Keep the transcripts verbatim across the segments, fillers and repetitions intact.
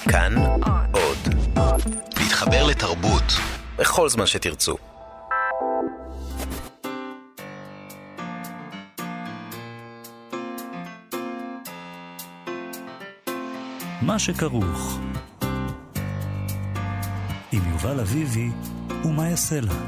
כאן עוד. להתחבר לתרבות בכל זמן שתרצו. מה שכרוך עם יובל אביבי ומה יעשה לה.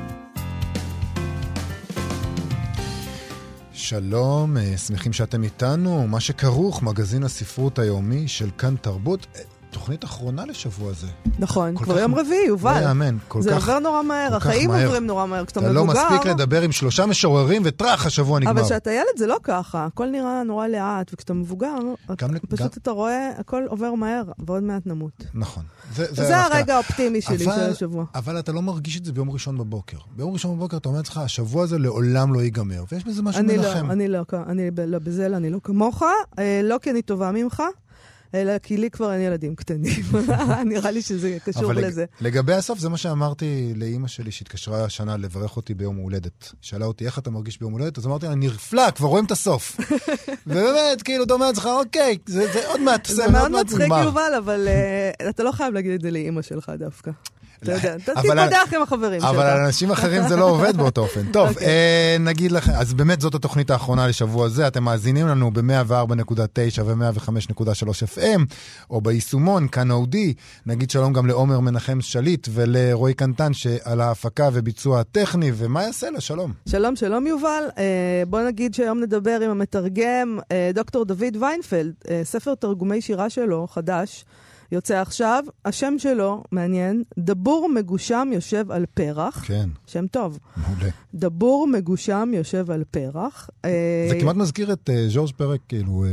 שלום, שמחים שאתם איתנו. מה שכרוך, מגזין הספרות היומי של כאן תרבות. תוכנית אחרונה לשבוע הזה. נכון, כבר יום רביעי, יובל. לא יאמן, כל זה כך... עובר נורא מהר, החיים עוברים נורא מהר. כשאתה מבוגר... אתה לא מספיק לדבר עם שלושה משוררים וטרח, השבוע נגמר. אבל כשאתה ילד זה לא ככה, הכל נראה נורא לאט, וכשאתה מבוגר, פשוט אתה רואה, הכל עובר מהר, ועוד מעט נמות. נכון. זה הרגע האופטימי שלי של השבוע. אבל אתה לא מרגיש את זה ביום ראשון בבוקר. ביום ראשון בבוקר אתה אומר לך, השבוע הזה לעולם לא ייגמר, ויש בזה משהו מנחם. אני לא, אני לא, בזה אני לא כמוך, לא כי אני טובה ממך, אלא כי לי כבר אין ילדים קטנים. נראה לי שזה קשור לזה. לגבי הסוף, זה מה שאמרתי לאמא שלי שהתקשרה השנה לברך אותי ביום הולדת. שאלה אותי, איך אתה מרגיש ביום הולדת? אז אמרתי, אני נרפלא, כבר רואים את הסוף. ובאמת, כאילו, אתה אומר לך, אוקיי, זה עוד מעט, זה מאוד מצחיק יובל, אבל אתה לא חייב להגיד את זה לאמא שלך דווקא. אתה יודע, אתה תתפתח עם החברים שלך. אבל על אנשים אחרים זה לא עובד באותו אופן. טוב, נגיד לכם, אז באמת זאת התוכנית האחרונה לשבוע הזה, אתם מאזינים לנו ב-מאה וארבע נקודה תשע ו-מאה וחמש נקודה שלוש אף אם, או ביישומון, כאן אודי. נגיד שלום גם לעומר מנחם שליט ולרועי קנטן שעל ההפקה וביצוע הטכני, ומה יעשה לה? שלום. שלום, שלום יובל. בוא נגיד שהיום נדבר עם המתרגם, דוקטור דוד ויינפלד, ספר תרגומי שירה שלו, חדש, יוצא עכשיו, השם שלו, מעניין, דבור מגושם יושב על פרח. כן. שם טוב. מעולה. דבור מגושם יושב על פרח. זה כמעט מזכיר את ז'ורג' פרק, כאילו,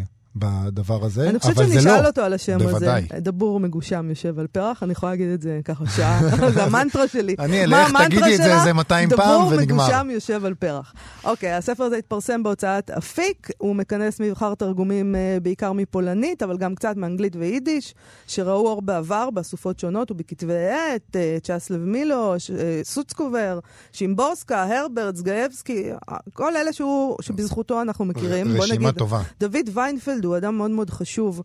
בדבר הזה. אני חושבת שנשאל אותו על השם הזה. בוודאי. דבור מגושם יושב על פרח. אני יכולה להגיד את זה ככה שעה. זה המנטרה שלי. אני אלך, תגידי את זה איזה מאתיים פעם ונגמר. דבור מגושם יושב על פרח. אוקיי, הספר הזה התפרסם בהוצאת אפיק. הוא מכנס מבחר תרגומים בעיקר מפולנית, אבל גם קצת מאנגלית ויידיש, שראו אור בעבר באסופות שונות ובכתבי עת, צ'אסלב מילו, סוצקובר, שימבורסקה, הרברט, סגאבסקי, כל אלה שבזכותו אנחנו מכירים. רשימה טובה. דוד ויינפלד הוא אדם מאוד מאוד חשוב,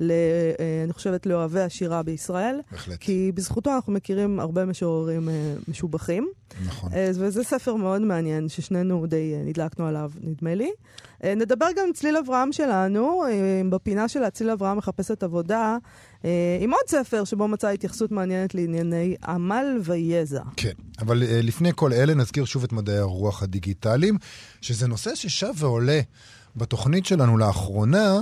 אני חושבת, לאוהבי השירה בישראל. בהחלט. כי בזכותו אנחנו מכירים הרבה משוררים משובחים. נכון. וזה ספר מאוד מעניין, ששנינו די נדלקנו עליו, נדמה לי. נדבר גם עם צליל אברהם שלנו, בפינה של צליל אברהם מחפשת עבודה, עם עוד ספר שבו מצא התייחסות מעניינת לענייני עמל ויזע. כן, אבל לפני כל אלה נזכיר שוב את מדעי הרוח הדיגיטליים, שזה נושא ששב ועולה בתוכנית שלנו לאחרונה.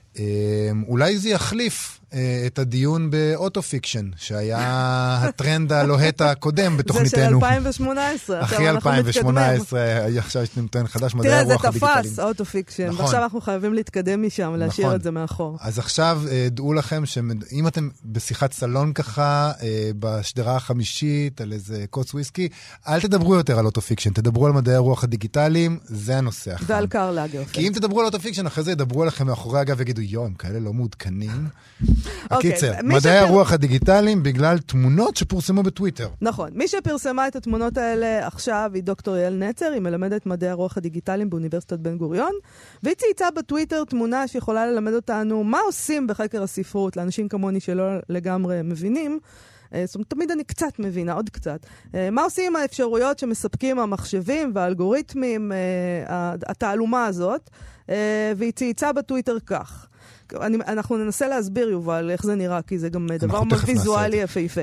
אולי זה יחליף את הדיון באוטו-פיקשן, שהיה הטרנד הלוהט הקודם בתוכניתנו. זה של אלפיים ושמונה עשרה. אחרי אלפיים ושמונה עשרה, עכשיו יש נמתן חדש, מדעי הרוח הדיגיטליים. תראה, זה תפס, אוטו-פיקשן, ועכשיו אנחנו חייבים להתקדם משם, להשאיר את זה מאחור. אז עכשיו דעו לכם שאם אתם בשיחת סלון ככה, בשדרה החמישית, על איזה קוץ וויסקי, אל תדברו יותר על אוטו-פיקשן, תדברו על מדעי הרוח הדיגיטליים, זה הנושא. ועל קארל לאגרפלד. כי אם תדברו על אוטו-פיקשן, אחרי זה ידברו לכם מאחורי הגב ויגידו, יו, הם כאלה לא מעודכנים. הקיצר, מדעי הרוח הדיגיטליים בגלל תמונות שפורסמו בטוויטר. נכון. מי שפרסמה את התמונות האלה עכשיו היא דוקטור יעל נצר, היא מלמדת מדעי הרוח הדיגיטליים באוניברסיטת בן גוריון, והיא צייצה בטוויטר תמונה שיכולה ללמד אותנו מה עושים בחקר הספרות לאנשים כמוני שלא לגמרי מבינים. זאת אומרת, תמיד אני קצת מבינה, עוד קצת. מה עושים עם האפשרויות שמספקים המחשבים והאלגוריתמים, התעלומה הזאת, והיא צייצה בטוויטר כך. אני, אנחנו ננסה להסביר, יובל, איך זה נראה, כי זה גם דבר ויזואלי יפהפה.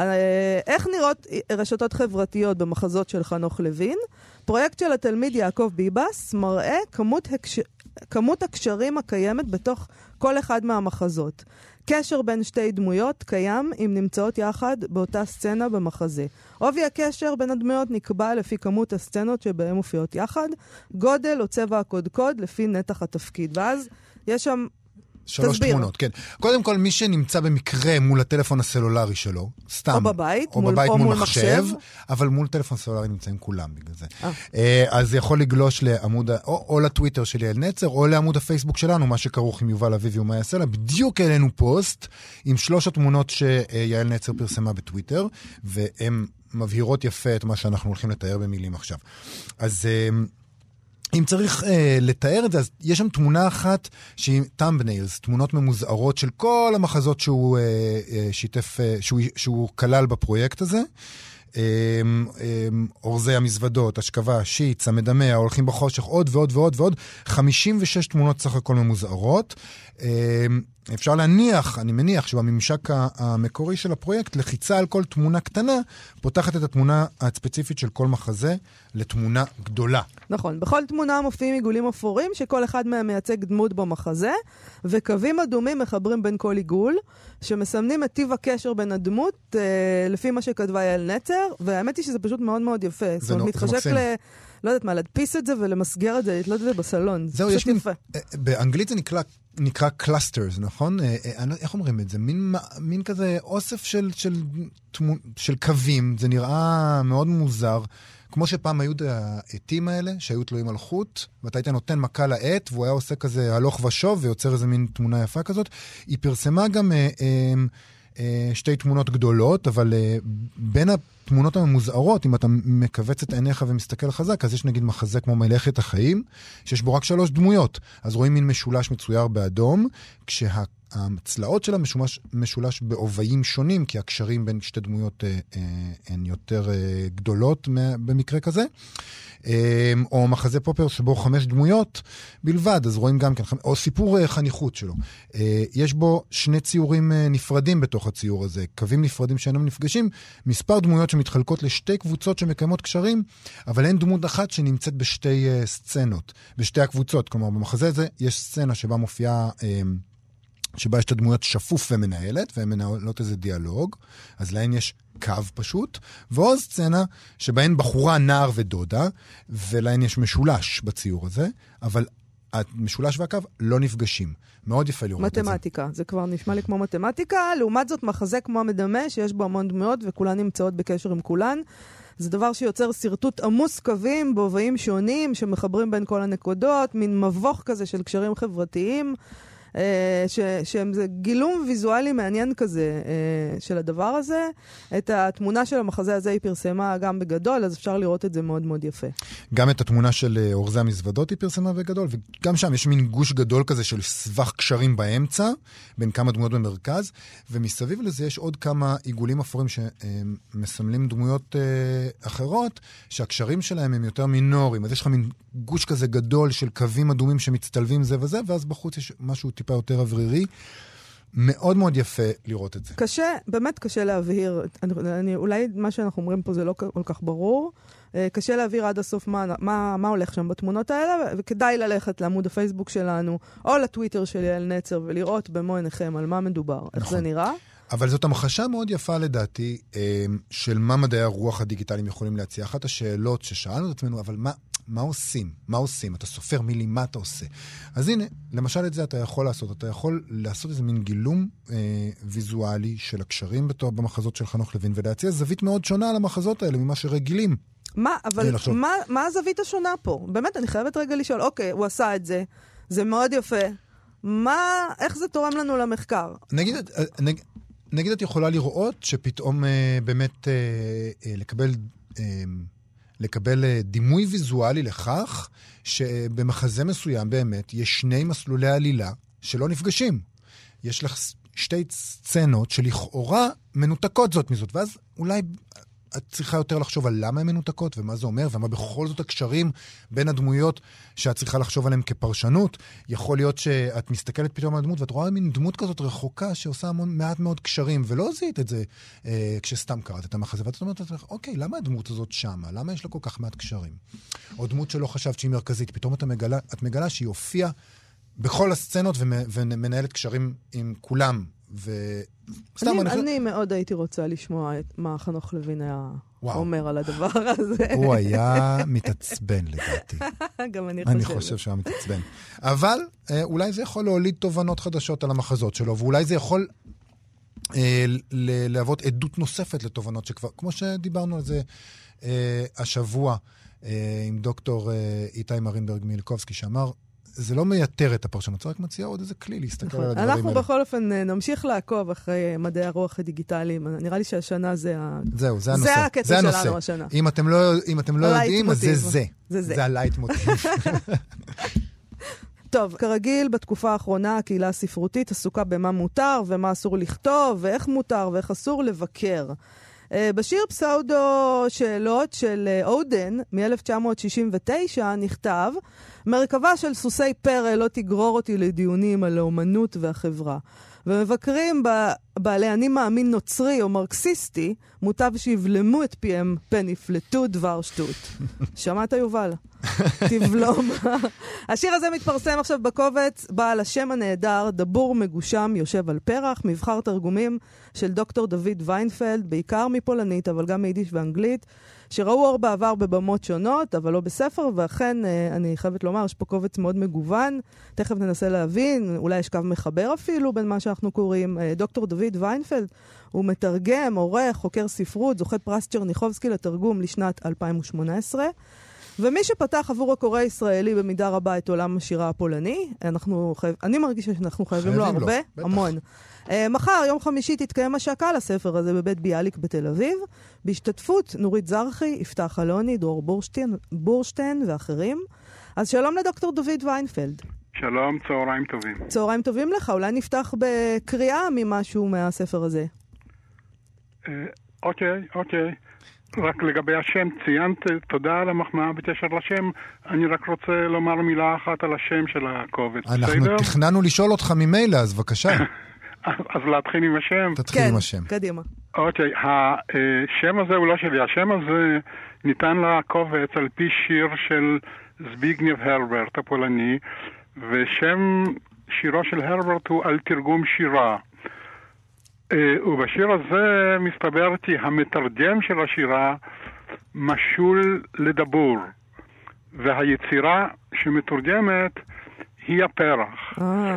איך נראות רשתות חברתיות במחזות של חנוך לוין? פרויקט של התלמיד יעקב ביבס מראה כמות, הקש... כמות הקשרים הקיימת בתוך כל אחד מהמחזות. קשר בין שתי דמויות קיים אם נמצאות יחד באותה סצנה במחזה. עובי הקשר בין הדמויות נקבע לפי כמות הסצנות שבהן מופיעות יחד, גודל או צבע הקודקוד לפי נתח התפקיד. ואז יש שם שלוש תסביר. תמונות, כן. קודם כל, מי שנמצא במקרה מול הטלפון הסלולרי שלו, סתם. או בבית, או מול, בבית או מול מול מחשב, מחשב. אבל מול טלפון סלולרי נמצאים כולם בגלל זה. אה. אז יכול לגלוש לעמוד, או, או לטוויטר של יעל נצר, או לעמוד הפייסבוק שלנו, מה שכרוך עם יובל אביבי ומה יעשה לה. בדיוק אלינו פוסט עם שלוש התמונות שיעל נצר פרסמה בטוויטר, והן מבהירות יפה את מה שאנחנו הולכים לתאר במילים עכשיו. אז אם צריך אה, לתאר את זה, אז יש שם תמונה אחת שהיא thumbnails, תמונות ממוזערות של כל המחזות שהוא אה, אה, שיתף, אה, שהוא, שהוא כלל בפרויקט הזה. אורזי המזוודות, השכבה, שיץ, המדמה, ההולכים בחושך, עוד ועוד ועוד ועוד, חמישים ושש תמונות סך הכל ממוזערות. אפשר להניח, אני מניח שבממשק המקורי של הפרויקט, לחיצה על כל תמונה קטנה, פותחת את התמונה הספציפית של כל מחזה לתמונה גדולה. נכון, בכל תמונה מופיעים עיגולים אפורים, שכל אחד מהם מייצג דמות במחזה, וקווים אדומים מחברים בין כל עיגול, שמסמנים את טיב הקשר בין הדמות, אה, לפי מה שכתבה יעל נצר, והאמת היא שזה פשוט מאוד מאוד יפה. זאת אומרת, מתחשק ל... לא יודעת מה, להדפיס את זה ולמסגר את זה, לתלות את זה בסלון. זהו, יש מין, באנגלית זה נקרא, נקרא clusters, נכון? איך אומרים את זה? מין, מין כזה אוסף של, של, של קווים, זה נראה מאוד מוזר. כמו שפעם היו העטים האלה, שהיו תלויים על חוט, ואתה היית נותן מכה לעט, והוא היה עושה כזה הלוך ושוב, ויוצר איזה מין תמונה יפה כזאת. היא פרסמה גם אה, אה, אה, שתי תמונות גדולות, אבל אה, בין התמונות הממוזערות, אם אתה מקווץ את עיניך ומסתכל חזק, אז יש נגיד מחזה כמו מלאכת החיים, שיש בו רק שלוש דמויות. אז רואים מין משולש מצויר באדום, כשה... הצלעות שלה משולש, משולש בעובעים שונים, כי הקשרים בין שתי דמויות אה, אה, הן יותר אה, גדולות במקרה כזה. אה, או מחזה פופר שבו חמש דמויות בלבד, אז רואים גם כן, או סיפור אה, חניכות שלו. אה, יש בו שני ציורים אה, נפרדים בתוך הציור הזה, קווים נפרדים שאינם נפגשים, מספר דמויות שמתחלקות לשתי קבוצות שמקיימות קשרים, אבל אין דמות אחת שנמצאת בשתי אה, סצנות, בשתי הקבוצות. כלומר, במחזה הזה יש סצנה שבה מופיעה... אה, שבה יש את הדמויות שפוף ומנהלת, והן מנהלות איזה דיאלוג, אז להן יש קו פשוט, ועוד סצנה שבהן בחורה, נער ודודה, ולהן יש משולש בציור הזה, אבל המשולש והקו לא נפגשים. מאוד יפה לראות את זה. מתמטיקה, זה כבר נשמע לי כמו מתמטיקה, לעומת זאת מחזה כמו המדמה, שיש בו המון דמויות, וכולן נמצאות בקשר עם כולן. זה דבר שיוצר סרטוט עמוס קווים, בובעים שונים, שמחברים בין כל הנקודות, מין מבוך כזה של קשרים חברתיים, שהם זה גילום ויזואלי מעניין כזה של הדבר הזה. את התמונה של המחזה הזה היא פרסמה גם בגדול, אז אפשר לראות את זה מאוד מאוד יפה. גם את התמונה של אורזי המזוודות היא פרסמה בגדול, וגם שם יש מין גוש גדול כזה של סבך קשרים באמצע, בין כמה דמויות במרכז, ומסביב לזה יש עוד כמה עיגולים אפורים שמסמלים דמויות אחרות, שהקשרים שלהם הם יותר מינוריים, אז יש לך מין גוש כזה גדול של קווים אדומים שמצטלבים זה וזה, ואז בחוץ יש משהו טיפה יותר אוורירי. מאוד מאוד יפה לראות את זה. קשה, באמת קשה להבהיר. אני, אני, אולי מה שאנחנו אומרים פה זה לא כל כך ברור. קשה להבהיר עד הסוף מה, מה, מה הולך שם בתמונות האלה, וכדאי ללכת לעמוד הפייסבוק שלנו, או לטוויטר של יעל נצר, ולראות במו עיניכם על מה מדובר. נכון. איך זה נראה? אבל זאת המחשה מאוד יפה לדעתי, של מה מדעי הרוח הדיגיטליים יכולים להציע. אחת השאלות ששאלנו את עצמנו, אבל מה... מה עושים? מה עושים? אתה סופר מילי, מה אתה עושה? אז הנה, למשל את זה אתה יכול לעשות. אתה יכול לעשות איזה מין גילום אה, ויזואלי של הקשרים בתור, במחזות של חנוך לוין, ולהציע זווית מאוד שונה על המחזות האלה, ממה שרגילים. מה, אבל מה, מה הזווית השונה פה? באמת, אני חייבת רגע לשאול, אוקיי, הוא עשה את זה, זה מאוד יפה. מה, איך זה תורם לנו למחקר? נגיד, נג, נגיד את יכולה לראות שפתאום אה, באמת אה, אה, לקבל... אה, לקבל דימוי ויזואלי לכך שבמחזה מסוים באמת יש שני מסלולי עלילה שלא נפגשים. יש לך שתי סצנות שלכאורה מנותקות זאת מזאת, ואז אולי את צריכה יותר לחשוב על למה הן מנותקות ומה זה אומר, ומה בכל זאת הקשרים בין הדמויות שאת צריכה לחשוב עליהן כפרשנות. יכול להיות שאת מסתכלת פתאום על הדמות, ואת רואה מין דמות כזאת רחוקה שעושה המון, מעט מאוד קשרים, ולא זיהית את זה אה, כשסתם קראת את המחזה, ואת אומרת, אוקיי, למה הדמות הזאת שמה? למה יש לה כל כך מעט קשרים? או דמות שלא חשבת שהיא מרכזית, פתאום את מגלה, את מגלה שהיא הופיעה בכל הסצנות ומנהלת קשרים עם כולם. אני, אני, אני מאוד הייתי רוצה לשמוע את מה חנוך לוין היה וואו. אומר על הדבר הזה. הוא היה מתעצבן לדעתי. גם אני חושב. אני חושב שהוא היה מתעצבן. אבל אה, אולי זה יכול להוליד תובנות חדשות על המחזות שלו, ואולי זה יכול אה, להוות עדות נוספת לתובנות שכבר, כמו שדיברנו על זה אה, השבוע אה, עם דוקטור אה, איתי מרינברג מילקובסקי, שאמר, זה לא מייתר את הפרשנות, זה רק מציע עוד איזה כלי להסתכל על הדברים האלה. אנחנו בכל אופן נמשיך לעקוב אחרי מדעי הרוח הדיגיטליים. נראה לי שהשנה זה ה... זהו, זה הנושא. זה הקטע שלנו השנה. אם אתם לא, אם אתם לא יודעים, אז זה זה. זה זה. זה הלייט מוטיב. טוב, כרגיל, בתקופה האחרונה הקהילה הספרותית עסוקה במה מותר ומה אסור לכתוב, ואיך מותר ואיך אסור לבקר. בשיר פסאודו שאלות של אודן מ-אלף תשע מאות שישים ותשע נכתב, מרכבה של סוסי פרא לא תגרור אותי לדיונים על האומנות והחברה. ומבקרים בעלי אני מאמין נוצרי או מרקסיסטי, מוטב שיבלמו את פיהם פן יפלטו דבר שטות. שמעת יובל? תבלום. השיר הזה מתפרסם עכשיו בקובץ בעל השם הנהדר, דבור מגושם יושב על פרח, מבחר תרגומים של דוקטור דוד ויינפלד, בעיקר מפולנית, אבל גם מיידיש ואנגלית, שראו אור בעבר בבמות שונות, אבל לא בספר, ואכן אני חייבת לומר, יש פה קובץ מאוד מגוון, תכף ננסה להבין, אולי יש קו מחבר אפילו בין מה שאנחנו קוראים. דוקטור דוד ויינפלד הוא מתרגם, עורך, חוקר ספרות, זוכה פרס צ'רניחובסקי לתרגום לשנת אלפיים שמונה עשרה, ומי שפתח עבור הקורא הישראלי במידה רבה את עולם השירה הפולני, אנחנו חייב, אני מרגישה שאנחנו חייבים, חייבים לו הרבה, לו, המון. Uh, מחר, יום חמישי, תתקיים השקה לספר הזה בבית ביאליק בתל אביב, בהשתתפות נורית זרחי, יפתח אלוני, דרור בורשטיין, בורשטיין ואחרים. אז שלום לדוקטור דוד ויינפלד. שלום, צהריים טובים. צהריים טובים לך, אולי נפתח בקריאה ממשהו מהספר הזה. Uh, אוקיי, אוקיי. רק לגבי השם, ציינת, תודה על המחמאה בקשר לשם, אני רק רוצה לומר מילה אחת על השם של הקובץ. אנחנו בסדר? תכננו לשאול אותך ממילא, אז בבקשה. אז להתחיל עם השם? תתחיל כן, עם השם. קדימה. אוקיי, השם הזה הוא לא שלי, השם הזה ניתן לקובץ על פי שיר של זביגניו הרברט הפולני, ושם שירו של הרברט הוא על תרגום שירה. ובשיר הזה מסתבר כי המתרגם של השירה משול לדבור, והיצירה שמתורגמת היא הפרח.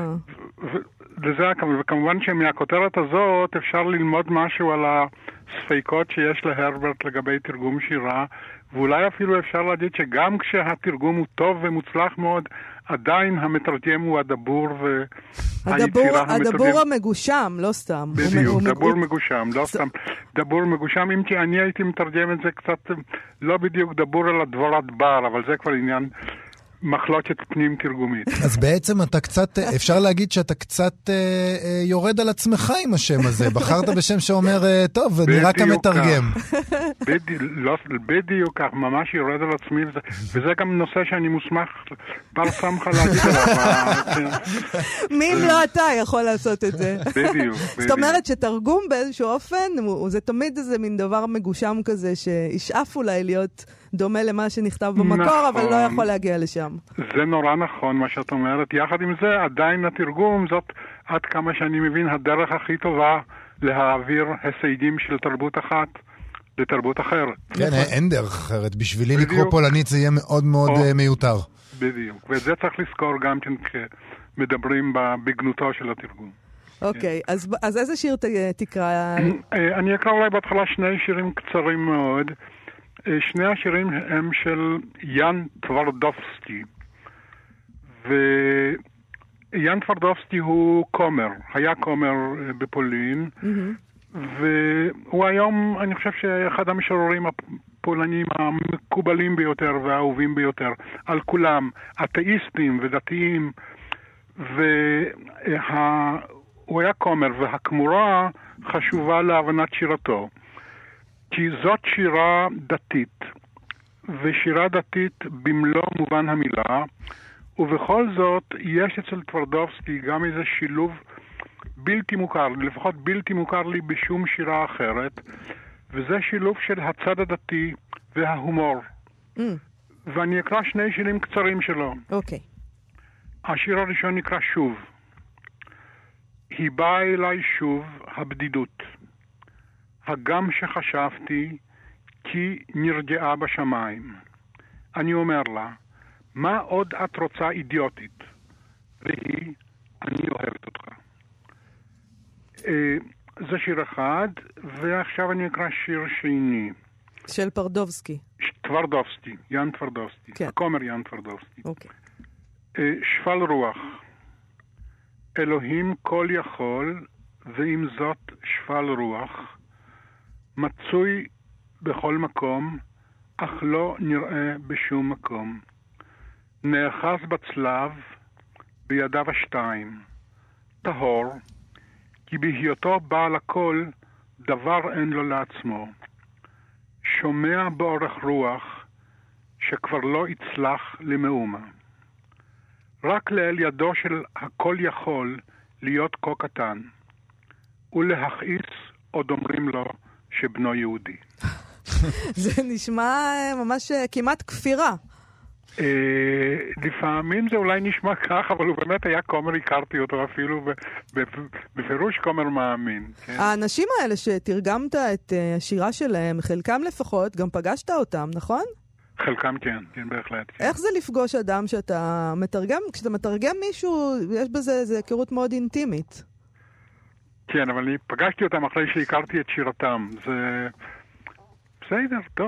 וזה, וכמובן שמהכותרת הזאת אפשר ללמוד משהו על הספקות שיש להרברט לגבי תרגום שירה, ואולי אפילו אפשר להגיד שגם כשהתרגום הוא טוב ומוצלח מאוד, עדיין המתרגם הוא הדבור והיצירה המתרגם. הדבור המגושם, לא סתם. בדיוק, דבור מגושם, לא סתם. דבור מגושם, אם כי אני הייתי מתרגם את זה קצת, לא בדיוק דבור אלא דבורת בר, אבל זה כבר עניין מחלוקת פנים תרגומית. אז בעצם אתה קצת, אפשר להגיד שאתה קצת אה, יורד על עצמך עם השם הזה. בחרת בשם שאומר, אה, טוב, נראה כמתרגם. בדיוק, לא, בדיוק כך, ממש יורד על עצמי, וזה, וזה גם נושא שאני מוסמך בר סמכה להגיד עליו. מי אם לא אתה יכול לעשות את זה? בדיוק. זאת אומרת שתרגום באיזשהו אופן, זה תמיד איזה מין דבר מגושם כזה, שישאף אולי להיות דומה למה שנכתב במקור, אבל לא יכול להגיע לשם. זה נורא נכון מה שאת אומרת. יחד עם זה, עדיין התרגום זאת, עד כמה שאני מבין, הדרך הכי טובה להעביר הישגים של תרבות אחת לתרבות אחרת. כן, אין דרך אחרת. בשבילי לקרוא פולנית זה יהיה מאוד מאוד מיותר. בדיוק. ואת זה צריך לזכור גם כשמדברים בגנותו של התרגום. אוקיי, אז איזה שיר תקרא? אני אקרא אולי בהתחלה שני שירים קצרים מאוד. שני השירים הם של יאן טוורדובסקי, ויאן טוורדובסקי הוא כומר, היה כומר בפולין, mm-hmm. והוא היום, אני חושב שאחד המשוררים הפולנים המקובלים ביותר והאהובים ביותר, על כולם, אתאיסטים ודתיים, והוא היה כומר, והכמורה חשובה להבנת שירתו. כי זאת שירה דתית, ושירה דתית במלוא מובן המילה, ובכל זאת יש אצל טוורדובסקי גם איזה שילוב בלתי מוכר, לפחות בלתי מוכר לי בשום שירה אחרת, וזה שילוב של הצד הדתי וההומור. Mm. ואני אקרא שני שירים קצרים שלו. אוקיי. Okay. השיר הראשון נקרא שוב. היא באה אליי שוב הבדידות. הגם שחשבתי כי נרגעה בשמיים. אני אומר לה, מה עוד את רוצה אידיוטית? והיא, אני אוהבת אותך. אה, זה שיר אחד, ועכשיו אני אקרא שיר שני. של פרדובסקי. טוורדובסקי, יאן טוורדובסקי. כן. הכומר יאן טוורדובסקי. אוקיי. שפל רוח. אלוהים כל יכול, ועם זאת שפל רוח, מצוי בכל מקום, אך לא נראה בשום מקום. נאחז בצלב, בידיו השתיים, טהור, כי בהיותו בעל הכל, דבר אין לו לעצמו. שומע באורך רוח, שכבר לא יצלח למאומה. רק לאל ידו של הכל יכול להיות כה קטן, ולהכעיס עוד אומרים לו שבנו יהודי. זה נשמע ממש כמעט כפירה. לפעמים זה אולי נשמע כך, אבל הוא באמת היה כומר, הכרתי אותו אפילו בפירוש כומר מאמין. האנשים האלה שתרגמת את השירה שלהם, חלקם לפחות, גם פגשת אותם, נכון? חלקם כן, כן בהחלט. איך זה לפגוש אדם שאתה מתרגם? כשאתה מתרגם מישהו, יש בזה איזו היכרות מאוד אינטימית. כן, אבל אני פגשתי אותם אחרי שהכרתי את שירתם. זה בסדר, טוב.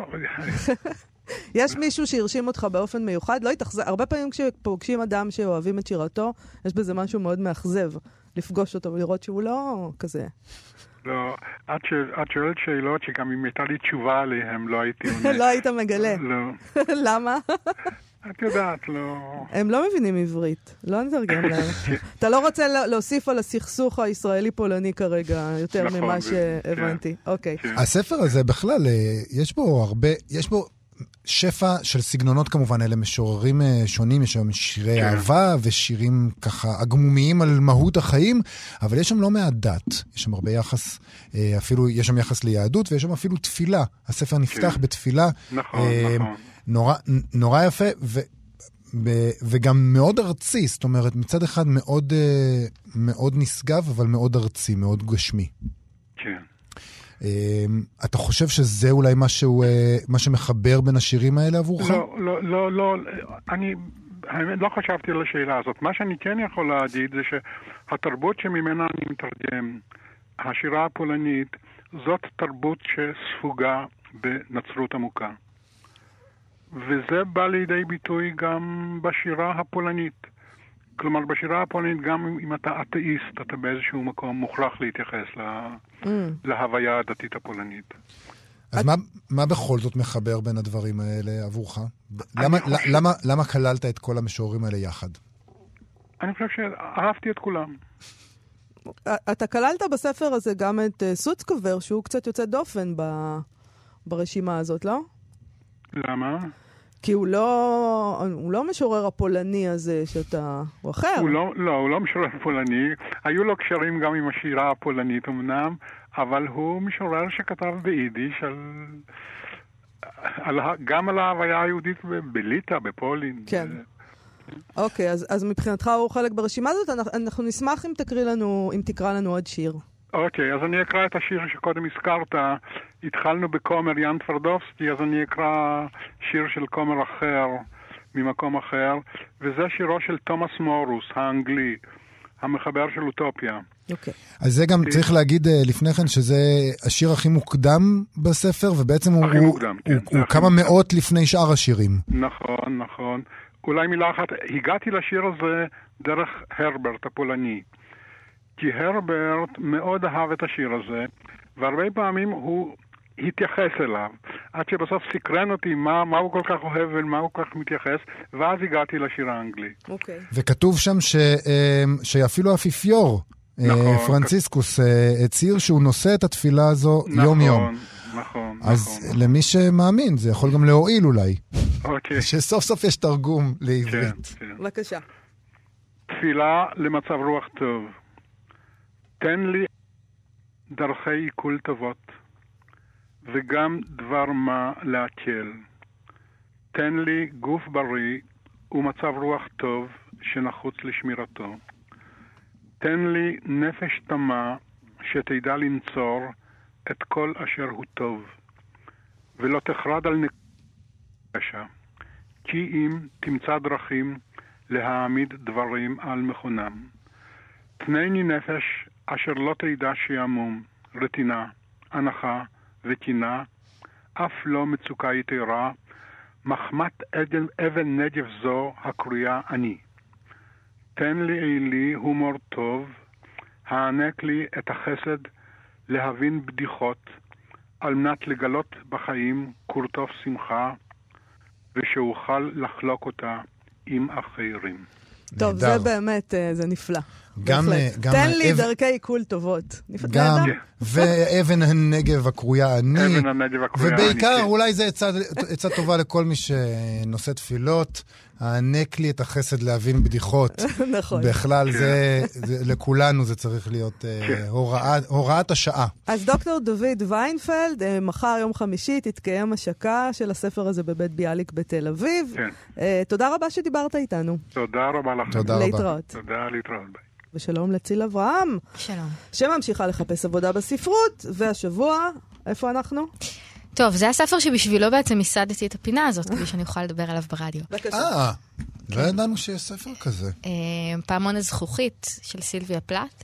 יש מישהו שהרשים אותך באופן מיוחד? לא התאכזב. הרבה פעמים כשפוגשים אדם שאוהבים את שירתו, יש בזה משהו מאוד מאכזב. לפגוש אותו ולראות שהוא לא כזה. לא, את שואלת שאלות שגם אם הייתה לי תשובה עליהם, לא הייתי עונה. לא היית מגלה. לא. למה? את יודעת, לא... הם לא מבינים עברית, לא נתרגם להם. אתה לא רוצה להוסיף על הסכסוך הישראלי-פולני כרגע, יותר ממה שהבנתי. אוקיי. הספר הזה בכלל, יש בו הרבה, יש בו שפע של סגנונות כמובן, אלה משוררים שונים, יש שם שירי אהבה ושירים ככה אגמומיים על מהות החיים, אבל יש שם לא מעט דת, יש שם הרבה יחס, אפילו יש שם יחס ליהדות, ויש שם אפילו תפילה. הספר נפתח בתפילה. נכון, נכון. נורא, נורא יפה, ו, ב, וגם מאוד ארצי, זאת אומרת, מצד אחד מאוד, מאוד נשגב, אבל מאוד ארצי, מאוד גשמי. כן. אתה חושב שזה אולי משהו, מה שמחבר בין השירים האלה עבורך? לא, לא, לא, לא, אני לא חשבתי על השאלה הזאת. מה שאני כן יכול להגיד זה שהתרבות שממנה אני מתרגם, השירה הפולנית, זאת תרבות שספוגה בנצרות עמוקה. וזה בא לידי ביטוי גם בשירה הפולנית. כלומר, בשירה הפולנית, גם אם אתה אתאיסט, אתה באיזשהו מקום מוכרח להתייחס לה... mm. להוויה הדתית הפולנית. אז את... מה, מה בכל זאת מחבר בין הדברים האלה עבורך? למה, חושב... למה, למה כללת את כל המשוררים האלה יחד? אני חושב שאהבתי את כולם. אתה כללת בספר הזה גם את סוצקובר, שהוא קצת יוצא דופן ב... ברשימה הזאת, לא? למה? כי הוא לא, הוא לא משורר הפולני הזה שאתה, הוא אחר. הוא לא, לא, הוא לא משורר פולני. היו לו קשרים גם עם השירה הפולנית אמנם, אבל הוא משורר שכתב ביידיש על, על, גם על ההוויה היהודית בליטא, בפולין. כן. אוקיי, אז, אז מבחינתך הוא חלק ברשימה הזאת, אנחנו, אנחנו נשמח אם תקריא לנו, אם תקרא לנו עוד שיר. אוקיי, אז אני אקרא את השיר שקודם הזכרת. התחלנו בכומר יאן טברדובסקי, אז אני אקרא שיר של כומר אחר, ממקום אחר, וזה שירו של תומאס מורוס, האנגלי, המחבר של אוטופיה. אוקיי. אז זה גם צריך להגיד לפני כן, שזה השיר הכי מוקדם בספר, ובעצם הוא, הכי מוקדם, כן, הוא, הוא כמה מוקדם. מאות לפני שאר השירים. נכון, נכון. אולי מילה אחת, הגעתי לשיר הזה דרך הרברט הפולני. כי הרברט מאוד אהב את השיר הזה, והרבה פעמים הוא התייחס אליו, עד שבסוף סקרן אותי מה, מה הוא כל כך אוהב ומה הוא כל כך מתייחס, ואז הגעתי לשיר האנגלי. אוקיי. וכתוב שם ש, שאפילו האפיפיור, נכון, פרנציסקוס, הצהיר שהוא נושא את התפילה הזו נכון, יום יום. נכון, אז נכון. למי שמאמין, זה יכול גם להועיל אולי. אוקיי. שסוף סוף יש תרגום לעברית. כן, כן. בבקשה. תפילה למצב רוח טוב. תן לי דרכי עיכול טובות, וגם דבר מה להקל. תן לי גוף בריא ומצב רוח טוב שנחוץ לשמירתו. תן לי נפש תמה שתדע לנצור את כל אשר הוא טוב, ולא תחרד על נקשה, כי אם תמצא דרכים להעמיד דברים על מכונם. תנני נפש אשר לא תדע שיעמום, רטינה, הנחה וקינה, אף לא מצוקה יתרה, מחמת אבן נגף זו הקרויה אני. תן לי לי הומור טוב, הענק לי את החסד להבין בדיחות, על מנת לגלות בחיים קורטוב שמחה, ושאוכל לחלוק אותה עם אחרים. טוב, זה באמת, זה נפלא. גם, גם תן לי אב... דרכי עיכול טובות. גם, ואבן הנגב הקרויה אני. אבן הנגב הקרויה אני. ובעיקר, אולי זה עצה, עצה טובה לכל מי שנושא תפילות, הענק לי את החסד להבין בדיחות. נכון. בכלל, זה, זה, לכולנו זה צריך להיות uh, הוראת, הוראת השעה. אז דוקטור דוד ויינפלד, מחר יום חמישי תתקיים השקה של הספר הזה בבית ביאליק בתל אביב. כן. Uh, תודה רבה שדיברת איתנו. תודה רבה לכם. תודה רבה. להתראות. תודה, להתראות. ביי. ושלום לציל אברהם. שלום. שממשיכה לחפש עבודה בספרות, והשבוע, איפה אנחנו? טוב, זה הספר שבשבילו בעצם ייסדתי את הפינה הזאת, כדי שאני אוכל לדבר עליו ברדיו. בבקשה. אה, לא ידענו שיש ספר כזה. פעמון הזכוכית של סילביה פלט,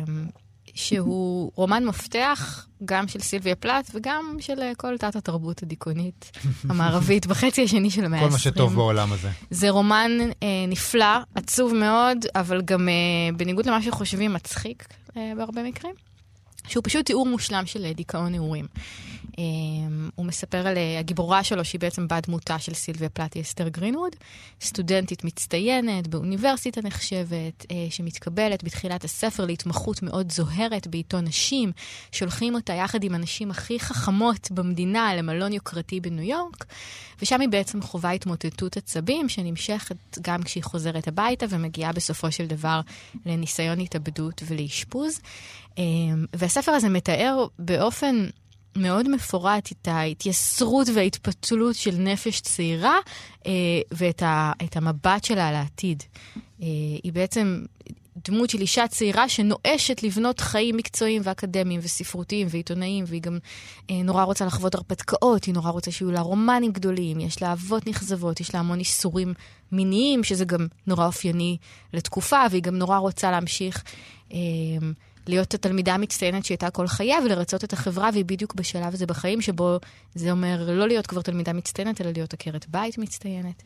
שהוא רומן מפתח גם של סילביה פלט וגם של כל תת התרבות הדיכאונית המערבית בחצי השני של המאה כל ה-עשרים. מה שטוב בעולם הזה. זה רומן אה, נפלא, עצוב מאוד, אבל גם אה, בניגוד למה שחושבים מצחיק אה, בהרבה מקרים. שהוא פשוט תיאור מושלם של דיכאון נעורים. אה, הוא מספר על אה, הגיבורה שלו, שהיא בעצם בת דמותה של סילביה פלט, אסתר גרינווד, סטודנטית מצטיינת, באוניברסיטה נחשבת, אה, שמתקבלת בתחילת הספר להתמחות מאוד זוהרת בעיתון נשים, שולחים אותה יחד עם הנשים הכי חכמות במדינה למלון יוקרתי בניו יורק, ושם היא בעצם חובה התמוטטות עצבים, שנמשכת גם כשהיא חוזרת הביתה, ומגיעה בסופו של דבר לניסיון התאבדות ולאשפוז. והספר הזה מתאר באופן מאוד מפורט את ההתייסרות וההתפתלות של נפש צעירה, ואת את המבט שלה על העתיד. היא בעצם דמות של אישה צעירה שנואשת לבנות חיים מקצועיים ואקדמיים וספרותיים ועיתונאיים, והיא גם נורא רוצה לחוות הרפתקאות, היא נורא רוצה שיהיו לה רומנים גדולים, יש לה אהבות נכזבות, יש לה המון איסורים מיניים, שזה גם נורא אופייני לתקופה, והיא גם נורא רוצה להמשיך להיות התלמידה המצטיינת שהייתה כל חייה, ולרצות את החברה, והיא בדיוק בשלב הזה בחיים, שבו זה אומר לא להיות כבר תלמידה מצטיינת, אלא להיות עקרת בית מצטיינת.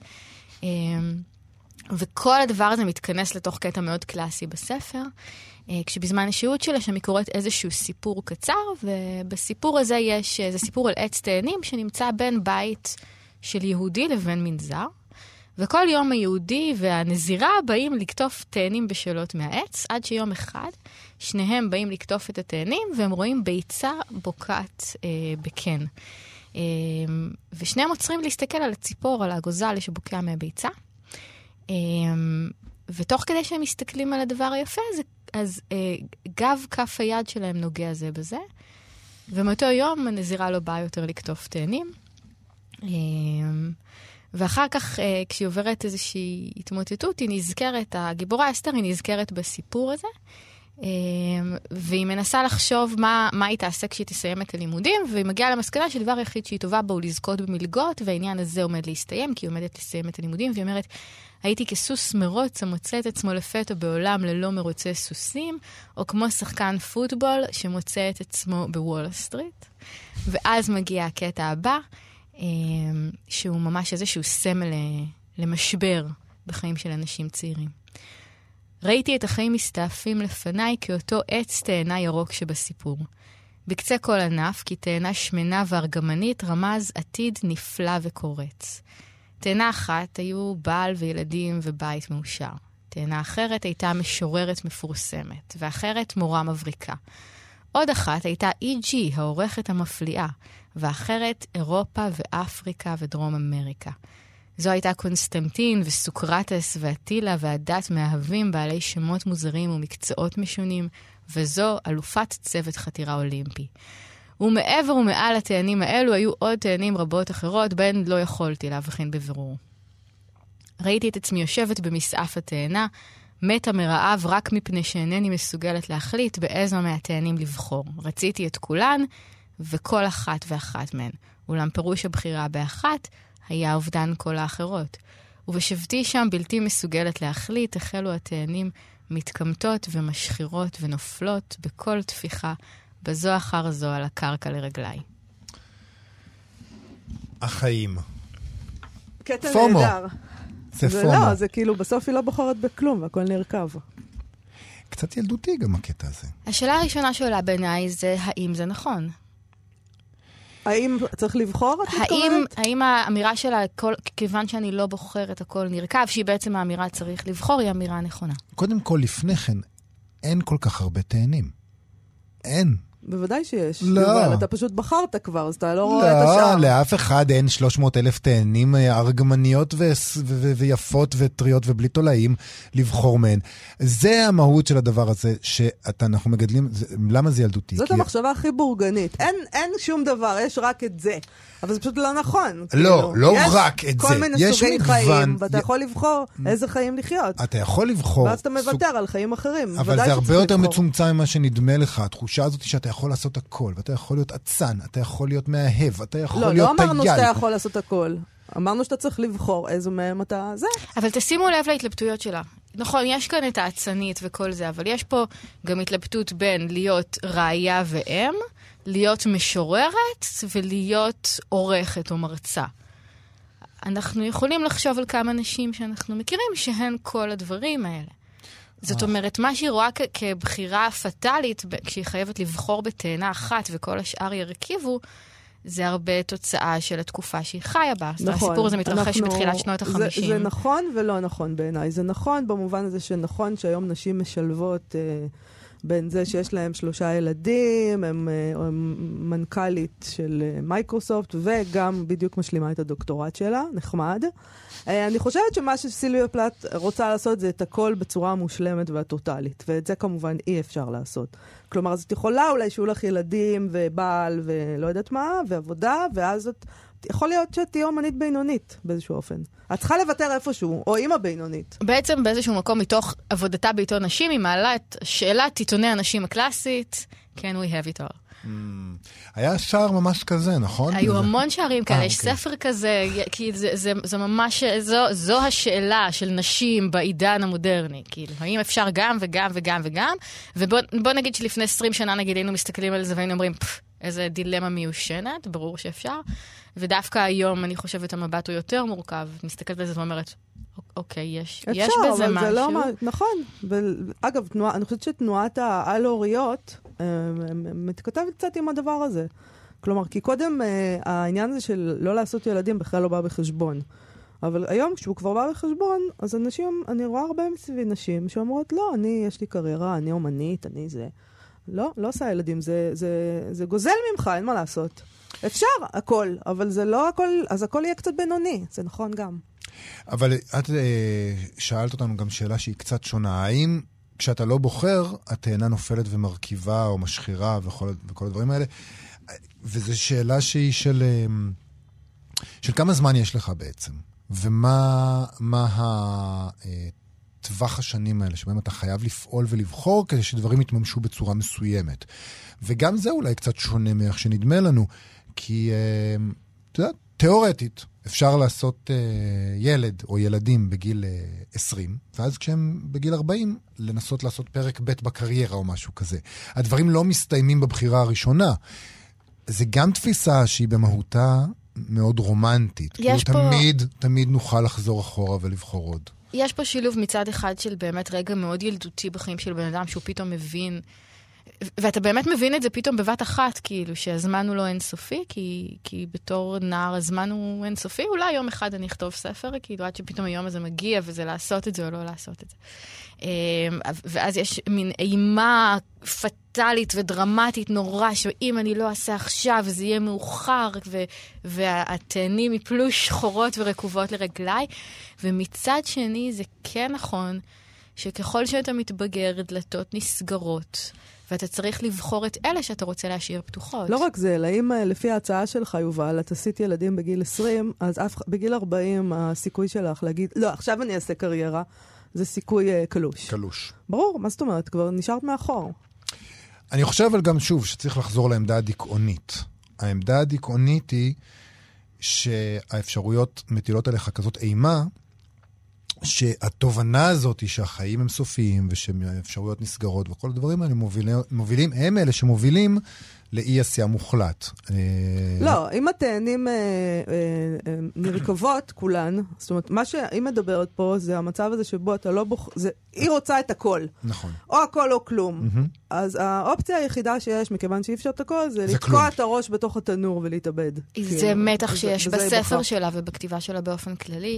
וכל הדבר הזה מתכנס לתוך קטע מאוד קלאסי בספר, כשבזמן השהות שלה שם היא קוראת איזשהו סיפור קצר, ובסיפור הזה יש, זה סיפור על עץ תאנים שנמצא בין בית של יהודי לבין מנזר, וכל יום היהודי והנזירה באים לקטוף תאנים בשלות מהעץ, עד שיום אחד שניהם באים לקטוף את התאנים, והם רואים ביצה בוקעת אה, בקן. אה, ושניהם עוצרים להסתכל על הציפור, על הגוזל שבוקע מהביצה. אה, ותוך כדי שהם מסתכלים על הדבר היפה הזה, אז אה, גב כף היד שלהם נוגע זה בזה, ומאותו יום הנזירה לא באה יותר לקטוף תאנים. אה, ואחר כך, כשהיא עוברת איזושהי התמוטטות, היא נזכרת, הגיבורה אסתר, היא נזכרת בסיפור הזה, והיא מנסה לחשוב מה, מה היא תעשה כשהיא תסיים את הלימודים, והיא מגיעה למסקנה שדבר היחיד שהיא טובה בו הוא לזכות במלגות, והעניין הזה עומד להסתיים, כי היא עומדת לסיים את הלימודים, והיא אומרת, הייתי כסוס מרוץ המוצא את עצמו לפתע בעולם ללא מרוצי סוסים, או כמו שחקן פוטבול שמוצא את עצמו בוול סטריט. ואז מגיע הקטע הבא, שהוא ממש איזשהו סמל למשבר בחיים של אנשים צעירים. ראיתי את החיים מסתעפים לפניי כאותו עץ תאנה ירוק שבסיפור. בקצה כל ענף, כי תאנה שמנה והרגמנית רמז עתיד נפלא וקורץ. תאנה אחת היו בעל וילדים ובית מאושר. תאנה אחרת הייתה משוררת מפורסמת, ואחרת מורה מבריקה. עוד אחת הייתה אי ג'י, העורכת המפליאה, ואחרת אירופה ואפריקה ודרום אמריקה. זו הייתה קונסטנטין וסוקרטס ואטילה והדת מאהבים בעלי שמות מוזרים ומקצועות משונים, וזו אלופת צוות חתירה אולימפי. ומעבר ומעל התאנים האלו היו עוד תאנים רבות אחרות, בהן לא יכולתי להבחין בבירור. ראיתי את עצמי יושבת במסעף התאנה, מתה מרעב רק מפני שאינני מסוגלת להחליט באיזו מהתאנים לבחור. רציתי את כולן, וכל אחת ואחת מהן. אולם פירוש הבחירה באחת היה אובדן כל האחרות. ובשבתי שם בלתי מסוגלת להחליט, החלו התאנים מתקמטות ומשחירות ונופלות בכל תפיחה, בזו אחר זו על הקרקע לרגליי. החיים. קטע פומו. נהדר. זה זה פומו. לא, זה כאילו, בסוף היא לא בוחרת בכלום, והכל נרכב. קצת ילדותי גם הקטע הזה. השאלה הראשונה שעולה בעיניי זה האם זה נכון. האם צריך לבחור? את האם, מתכוונת? האם האמירה שלה, כל, כיוון שאני לא בוחרת הכל נרכב, שהיא בעצם האמירה צריך לבחור, היא אמירה נכונה. קודם כל, לפני כן, אין כל כך הרבה תאנים. אין. בוודאי שיש. לא. יובל, אתה פשוט בחרת כבר, אז אתה לא רואה את לא, השאר. לאף אחד אין שלוש מאות אלף תאנים ארגמניות ו- ו- ו- ויפות וטריות ובלי תולעים לבחור מהן. זה המהות של הדבר הזה שאנחנו מגדלים. זה, למה זה ילדותי? זאת כי... המחשבה הכי בורגנית. אין, אין שום דבר, יש רק את זה. אבל זה פשוט לא נכון. לא, כאילו. לא יש רק את כל זה. מיני יש סוגי מגוון. חיים, ואתה י... יכול לבחור איזה חיים לחיות. אתה יכול לבחור. ואז אתה מוותר סוג... על חיים אחרים. אבל זה הרבה יותר מצומצם ממה שנדמה לך. התחושה הזאת היא שאתה יכול לעשות הכל, ואתה יכול להיות עצן, אתה יכול להיות מאהב, אתה יכול לא, להיות לא טייל. אמרנו שאתה יכול לעשות הכל. אמרנו שאתה צריך לבחור איזו מהם אתה זה. אבל תשימו לב להתלבטויות שלה. נכון, יש כאן את העצנית וכל זה, אבל יש פה גם התלבטות בין להיות ראיה ואם, להיות משוררת ולהיות עורכת או מרצה. אנחנו יכולים לחשוב על כמה נשים שאנחנו מכירים שהן כל הדברים האלה. זאת אומרת, מה שהיא רואה כ- כבחירה פטלית, כשהיא חייבת לבחור בתאנה אחת וכל השאר ירכיבו, זה הרבה תוצאה של התקופה שהיא חיה בה. נכון. הסיפור הזה מתרחש אנחנו, בתחילת שנות החמישים. זה, זה נכון ולא נכון בעיניי. זה נכון במובן הזה שנכון שהיום נשים משלבות אה, בין זה שיש להם שלושה ילדים, הם, אה, הם מנכ"לית של אה, מייקרוסופט, וגם בדיוק משלימה את הדוקטורט שלה, נחמד. אה, אני חושבת שמה שסילביה פלט רוצה לעשות זה את הכל בצורה המושלמת והטוטלית, ואת זה כמובן אי אפשר לעשות. כלומר, אז את יכולה אולי שיהיו לך ילדים ובעל ולא יודעת מה, ועבודה, ואז את יכול להיות שאת תהיה אומנית בינונית באיזשהו אופן. את צריכה לוותר איפשהו, או אימא בינונית. בעצם באיזשהו מקום מתוך עבודתה בעיתון נשים, היא מעלה את שאלת עיתוני הנשים הקלאסית, can we have it all? Mm. היה שער ממש כזה, נכון? היו זה... המון שערים כאלה, אה, יש אוקיי. ספר כזה, כי זה, זה, זה ממש, זו, זו השאלה של נשים בעידן המודרני, כאילו, האם אפשר גם וגם וגם וגם, ובוא נגיד שלפני עשרים שנה נגיד היינו מסתכלים על זה והיינו אומרים, פפ, איזה דילמה מיושנת, ברור שאפשר, ודווקא היום אני חושבת המבט הוא יותר מורכב, מסתכלת על זה ואומרת, אוקיי, יש, יש בזה משהו. לא, נכון. אגב, תנועה, אני חושבת שתנועת העל-הוריות מתכתבת קצת עם הדבר הזה. כלומר, כי קודם העניין הזה של לא לעשות ילדים בכלל לא בא בחשבון. אבל היום, כשהוא כבר בא בחשבון, אז אנשים, אני רואה הרבה מסביבי נשים שאומרות, לא, אני, יש לי קריירה, אני אומנית, אני זה. לא, לא עושה ילדים, זה, זה, זה גוזל ממך, אין מה לעשות. אפשר, הכל, אבל זה לא הכל, אז הכל יהיה קצת בינוני, זה נכון גם. אבל את שאלת אותנו גם שאלה שהיא קצת שונה. האם כשאתה לא בוחר, התאנה נופלת ומרכיבה או משחירה וכל, וכל הדברים האלה? וזו שאלה שהיא של, של כמה זמן יש לך בעצם? ומה מה הטווח השנים האלה שבהם אתה חייב לפעול ולבחור כדי שדברים יתממשו בצורה מסוימת? וגם זה אולי קצת שונה מאיך שנדמה לנו, כי אתה יודע, תיאורטית, אפשר לעשות uh, ילד או ילדים בגיל uh, עשרים, ואז כשהם בגיל ארבעים, לנסות לעשות פרק ב' בקריירה או משהו כזה. הדברים לא מסתיימים בבחירה הראשונה. זה גם תפיסה שהיא במהותה מאוד רומנטית. כאילו פה... תמיד, תמיד נוכל לחזור אחורה ולבחור עוד. יש פה שילוב מצד אחד של באמת רגע מאוד ילדותי בחיים של בן אדם, שהוא פתאום מבין... ואתה באמת מבין את זה פתאום בבת אחת, כאילו, שהזמן הוא לא אינסופי, כי, כי בתור נער הזמן הוא אינסופי, אולי יום אחד אני אכתוב ספר, כאילו, עד שפתאום היום הזה מגיע, וזה לעשות את זה או לא לעשות את זה. ואז יש מין אימה פטלית ודרמטית נורא, שאם אני לא אעשה עכשיו, זה יהיה מאוחר, ו- והתאנים יפלו שחורות ורקובות לרגליי, ומצד שני זה כן נכון, שככל שאתה מתבגר, דלתות נסגרות, ואתה צריך לבחור את אלה שאתה רוצה להשאיר פתוחות. לא רק זה, אלא אם לפי ההצעה שלך, יובל, את עשית ילדים בגיל עשרים, אז בגיל ארבעים הסיכוי שלך להגיד, לא, עכשיו אני אעשה קריירה, זה סיכוי uh, קלוש. קלוש. ברור, מה זאת אומרת? כבר נשארת מאחור. אני חושב אבל גם שוב שצריך לחזור לעמדה הדיכאונית. העמדה הדיכאונית היא שהאפשרויות מטילות עליך כזאת אימה, שהתובנה הזאת היא שהחיים הם סופיים ושהאפשרויות נסגרות וכל הדברים האלה מובילים, מובילים, הם אלה שמובילים לאי עשייה מוחלט. לא, אם התאנים נרכבות כולן, זאת אומרת, מה שהיא מדברת פה זה המצב הזה שבו אתה לא בוח... היא רוצה את הכל. נכון. או הכל או כלום. אז האופציה היחידה שיש, מכיוון שאי אפשר את הכל, זה לתקוע את הראש בתוך התנור ולהתאבד. זה מתח שיש בספר שלה ובכתיבה שלה באופן כללי,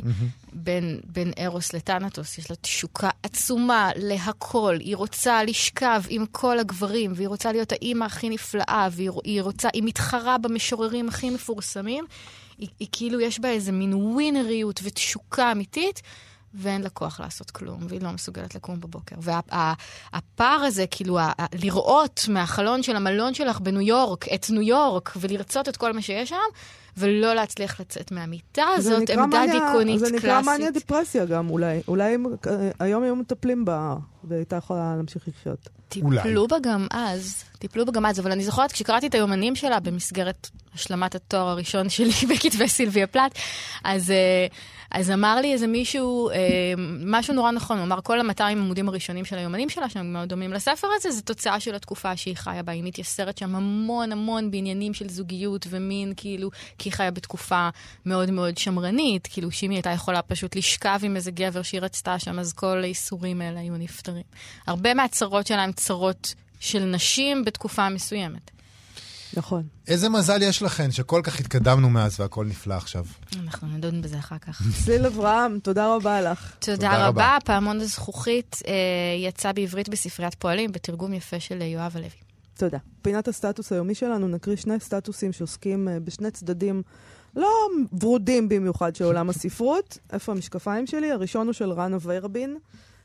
בין ארוס לטנטוס, יש לה תשוקה עצומה להכל. היא רוצה לשכב עם כל הגברים, והיא רוצה להיות האימא הכי נפלאה, והיא רוצה, היא מתחרה במשוררים הכי מפורסמים. היא, היא כאילו יש בה איזה מין ווינריות ותשוקה אמיתית, ואין לה כוח לעשות כלום, והיא לא מסוגלת לקום בבוקר. והפער הזה, כאילו, לראות מהחלון של המלון שלך בניו יורק, את ניו יורק, ולרצות את כל מה שיש שם, ולא להצליח לצאת מהמיטה, זאת עמדה דיכאונית קלאסית. זה נקרא מניה דיפרסיה גם, אולי. אולי היום היום מטפלים בה, והייתה יכולה להמשיך לחיות. טיפלו בה גם אז, טיפלו בה גם אז, אבל אני זוכרת, כשקראתי את היומנים שלה במסגרת השלמת התואר הראשון שלי בכתבי סילביה פלט, אז, אז אמר לי איזה מישהו, משהו נורא נכון, הוא אמר, כל ה-מאתיים עמודים הראשונים של היומנים שלה, שהם מאוד דומים לספר הזה, זה תוצאה של התקופה שהיא חיה בה, היא מתייסרת שם המון המון בעניינים של זוגיות ומין, כאילו, כי היא חיה בתקופה מאוד מאוד שמרנית, כאילו, שאם היא הייתה יכולה פשוט לשכב עם איזה גבר שהיא רצתה שם, אז כל האיסורים האלה היו נפטרים. הרבה מהצרות שלהם צרות של נשים בתקופה מסוימת. נכון. איזה מזל יש לכן שכל כך התקדמנו מאז והכל נפלא עכשיו. אנחנו נדון בזה אחר כך. צליל אברהם, תודה רבה לך. תודה רבה. פעמון הזכוכית יצא בעברית בספריית פועלים, בתרגום יפה של יואב הלוי. תודה. פינת הסטטוס היומי שלנו נקריא שני סטטוסים שעוסקים בשני צדדים לא ורודים במיוחד של עולם הספרות. איפה המשקפיים שלי? הראשון הוא של רנה ויירבין,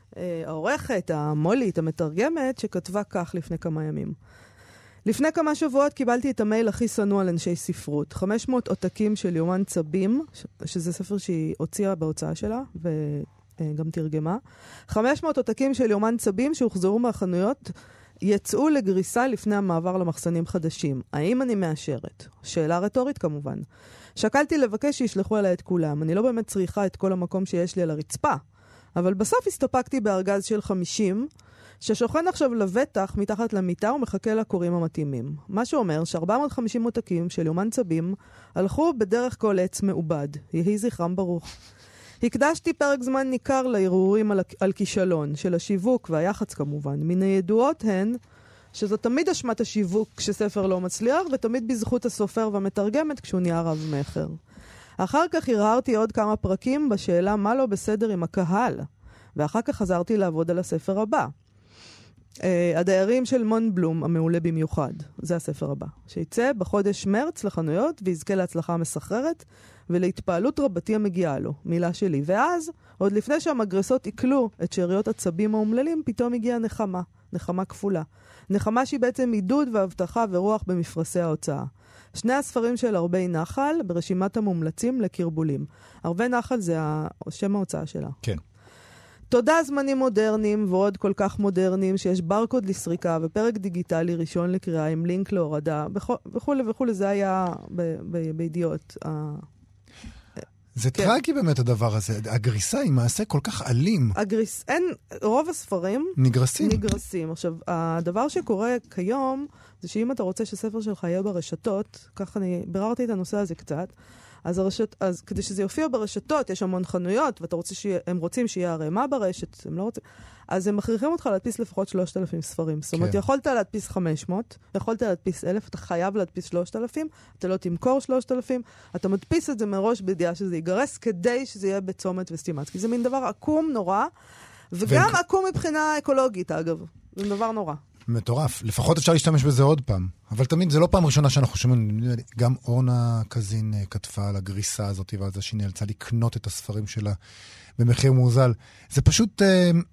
העורכת, המולית, המתרגמת, שכתבה כך לפני כמה ימים. לפני כמה שבועות קיבלתי את המייל הכי שנוא על אנשי ספרות. חמש מאות עותקים של יומן צבים, שזה ספר שהיא הוציאה בהוצאה שלה, וגם תרגמה. חמש מאות עותקים של יומן צבים שהוחזרו מהחנויות, יצאו לגריסה לפני המעבר למחסנים חדשים. האם אני מאשרת? שאלה רטורית כמובן. שקלתי לבקש שישלחו אליי את כולם. אני לא באמת צריכה את כל המקום שיש לי על הרצפה. אבל בסוף הסתפקתי בארגז של חמישים, ששוכן עכשיו לבטח מתחת למיטה ומחכה לקוראים המתאימים. מה שאומר ש-ארבע מאות וחמישים עותקים של יומן צבים הלכו בדרך כל עץ מעובד. יהי זכרם ברוך. הקדשתי פרק זמן ניכר לערעורים על, על כישלון, של השיווק והיח"צ כמובן. מן הידועות הן שזו תמיד אשמת השיווק כשספר לא מצליח, ותמיד בזכות הסופר והמתרגמת כשהוא נהיה רב מחר. אחר כך הרהרתי עוד כמה פרקים בשאלה מה לא בסדר עם הקהל, ואחר כך חזרתי לעבוד על הספר הבא. Uh, הדיירים של מון בלום, המעולה במיוחד, זה הספר הבא, שיצא בחודש מרץ לחנויות ויזכה להצלחה מסחררת ולהתפעלות רבתי המגיעה לו, מילה שלי. ואז, עוד לפני שהמגרסות עיכלו את שאריות הצבים האומללים, פתאום הגיעה נחמה, נחמה כפולה. נחמה שהיא בעצם עידוד והבטחה ורוח במפרסי ההוצאה. שני הספרים של ערבי נחל ברשימת המומלצים לקרבולים. ערבי נחל זה שם ההוצאה שלה. כן. תודה זמנים מודרניים ועוד כל כך מודרניים שיש ברקוד לסריקה ופרק דיגיטלי ראשון לקריאה עם לינק להורדה וכו' וכו'. זה היה בידיעות. זה טרגי באמת הדבר הזה. הגריסה היא מעשה כל כך אלים. הגריס... אין, רוב הספרים נגרסים. נגרסים. עכשיו, הדבר שקורה כיום זה שאם אתה רוצה שספר שלך יהיה ברשתות, כך אני ביררתי את הנושא הזה קצת, אז, הרשת, אז כדי שזה יופיע ברשתות, יש המון חנויות, ואתה רוצה שיה, הם רוצים שיהיה הרמה ברשת, הם לא רוצים, אז הם מכריחים אותך להדפיס לפחות שלושת אלפים ספרים. זאת אומרת, יכולת להדפיס חמש מאות, יכולת להדפיס אלף, אתה חייב להדפיס שלושת אלפים, אתה לא תמכור שלושת אלפים, אתה מדפיס את זה מראש בידיעה שזה ייגרס, כדי שזה יהיה בצומת וסתימת. כי זה מין דבר עקום נורא, וגם ו... עקום מבחינה אקולוגית, אגב. זה דבר נורא. מטורף. לפחות אפשר להשתמש בזה עוד פעם. אבל תמיד, זה לא פעם ראשונה שאנחנו שומעים, גם אורנה קזין כתבה על הגריסה הזאת, ועל זה שהיא נאלצה לקנות את הספרים שלה במחיר מוזל. זה פשוט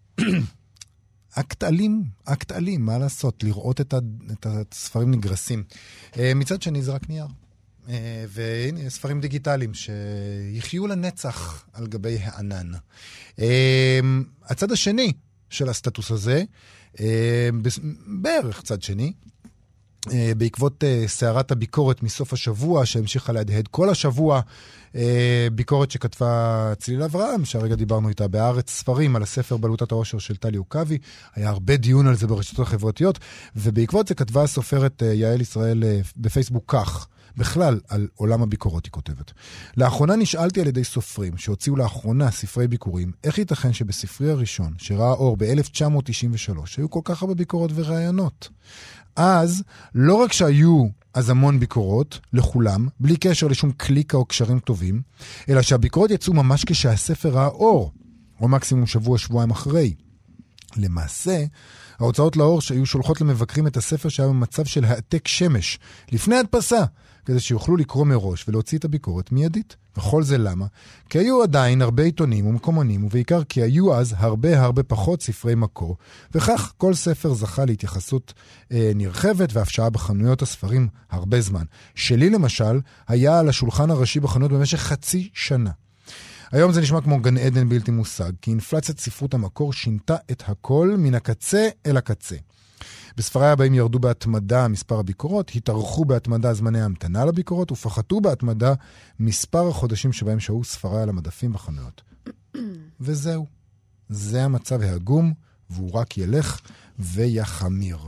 אקט אלים, אקט אלים, מה לעשות? לראות את, ה, את הספרים נגרסים. מצד שני זה רק נייר. והנה, ספרים דיגיטליים שיחיו לנצח על גבי הענן. הצד השני של הסטטוס הזה, בערך צד שני, בעקבות סערת הביקורת מסוף השבוע, שהמשיכה להדהד כל השבוע, ביקורת שכתבה צליל אברהם, שהרגע דיברנו איתה בארץ ספרים, על הספר בלוטת האושר של טלי עוקבי, היה הרבה דיון על זה ברשתות החברתיות, ובעקבות זה כתבה הסופרת יעל ישראל בפייסבוק כך, בכלל על עולם הביקורות היא כותבת. לאחרונה נשאלתי על ידי סופרים שהוציאו לאחרונה ספרי ביקורים, איך ייתכן שבספרי הראשון, שראה אור ב-אלף תשע מאות תשעים ושלוש, היו כל כך הרבה ביקורות ורעיונות. אז, לא רק שהיו אז המון ביקורות, לכולם, בלי קשר לשום קליקה או קשרים טובים, אלא שהביקורות יצאו ממש כשהספר ראה אור, או מקסימום שבוע, שבועיים אחרי. למעשה, ההוצאות לאור שהיו שולחות למבקרים את הספר שהיה במצב של העתק שמש, לפני הדפסה, כדי שיוכלו לקרוא מראש ולהוציא את הביקורת מיידית. וכל זה למה? כי היו עדיין הרבה עיתונים ומקומונים, ובעיקר כי היו אז הרבה הרבה פחות ספרי מקור, וכך כל ספר זכה להתייחסות אה, נרחבת והפשעה בחנויות הספרים הרבה זמן. שלי למשל היה על השולחן הראשי בחנויות במשך חצי שנה. היום זה נשמע כמו גן עדן בלתי מושג, כי אינפלציית ספרות המקור שינתה את הכל מן הקצה אל הקצה. בספרי הבאים ירדו בהתמדה מספר הביקורות, התארכו בהתמדה זמני ההמתנה לביקורות, ופחתו בהתמדה מספר החודשים שבהם שהו ספרי על המדפים בחנויות. וזהו. זה המצב העגום, והוא רק ילך ויחמיר.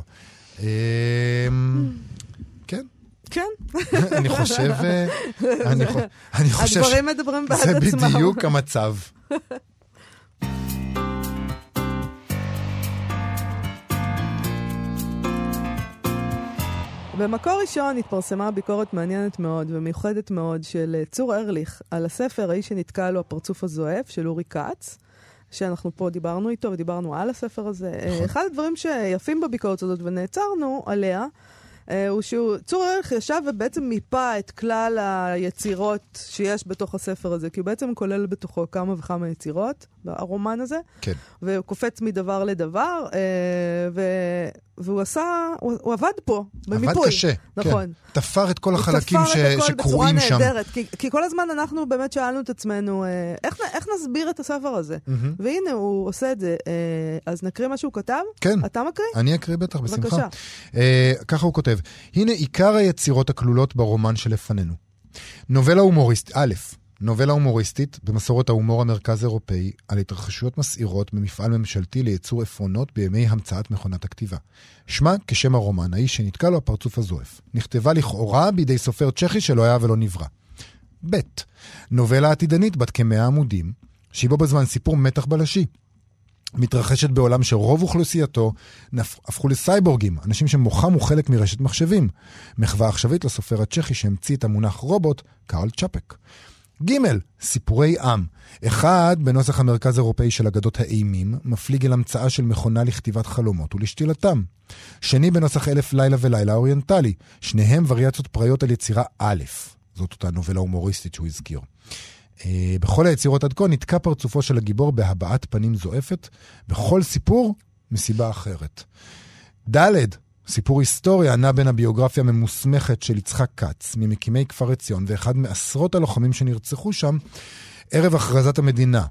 כן. כן. אני חושב... אני חושב... הדברים מדברים בעד עצמם. זה בדיוק המצב. במקור ראשון התפרסמה ביקורת מעניינת מאוד ומיוחדת מאוד של צור ארליך על הספר האיש שנתקע לו הפרצוף הזועף של אורי כץ, שאנחנו פה דיברנו איתו ודיברנו על הספר הזה. נכון. אחד הדברים שיפים בביקורת הזאת ונעצרנו עליה, הוא שצור ארליך ישב ובעצם מיפה את כלל היצירות שיש בתוך הספר הזה, כי הוא בעצם כולל בתוכו כמה וכמה יצירות, הרומן הזה, כן. והוא קופץ מדבר לדבר, ו... והוא עשה, הוא, הוא עבד פה, במיפוי. עבד קשה, נכון. כן. תפר את כל החלקים ש... שקרואים שם. נהדרת, כי, כי כל הזמן אנחנו באמת שאלנו את עצמנו, איך, איך נסביר את הספר הזה? Mm-hmm. והנה, הוא עושה את זה. אז נקריא מה שהוא כתב? כן. אתה מקריא? אני אקריא בטח, בשמחה. בבקשה. אה, ככה הוא כותב, הנה עיקר היצירות הכלולות ברומן שלפנינו. נובלה הומוריסט, א', נובלה הומוריסטית במסורת ההומור המרכז אירופאי על התרחשויות מסעירות במפעל ממשלתי לייצור עפרונות בימי המצאת מכונת הכתיבה. שמה כשם הרומן, האיש שנתקע לו הפרצוף הזועף. נכתבה לכאורה בידי סופר צ'כי שלא היה ולא נברא. ב' נובלה עתידנית בת כמאה עמודים, שהיא בו בזמן סיפור מתח בלשי. מתרחשת בעולם שרוב אוכלוסייתו הפכו לסייבורגים, אנשים שמוחם הוא חלק מרשת מחשבים. מחווה עכשווית לסופר הצ'כי שהמציא את המונח רובוט, קרל צ'אפק. ג' סיפורי עם. אחד, בנוסח המרכז האירופאי של אגדות האימים, מפליג אל המצאה של מכונה לכתיבת חלומות ולשתילתם. שני, בנוסח אלף לילה ולילה אוריינטלי. שניהם וריאציות פראיות על יצירה א'. זאת אותה נובלה הומוריסטית שהוא הזכיר. בכל היצירות עד כה נתקע פרצופו של הגיבור בהבעת פנים זועפת, בכל סיפור מסיבה אחרת. ד' סיפור היסטוריה ענה בין הביוגרפיה הממוסמכת של יצחק כץ, ממקימי כפר עציון, ואחד מעשרות הלוחמים שנרצחו שם, ערב הכרזת המדינה.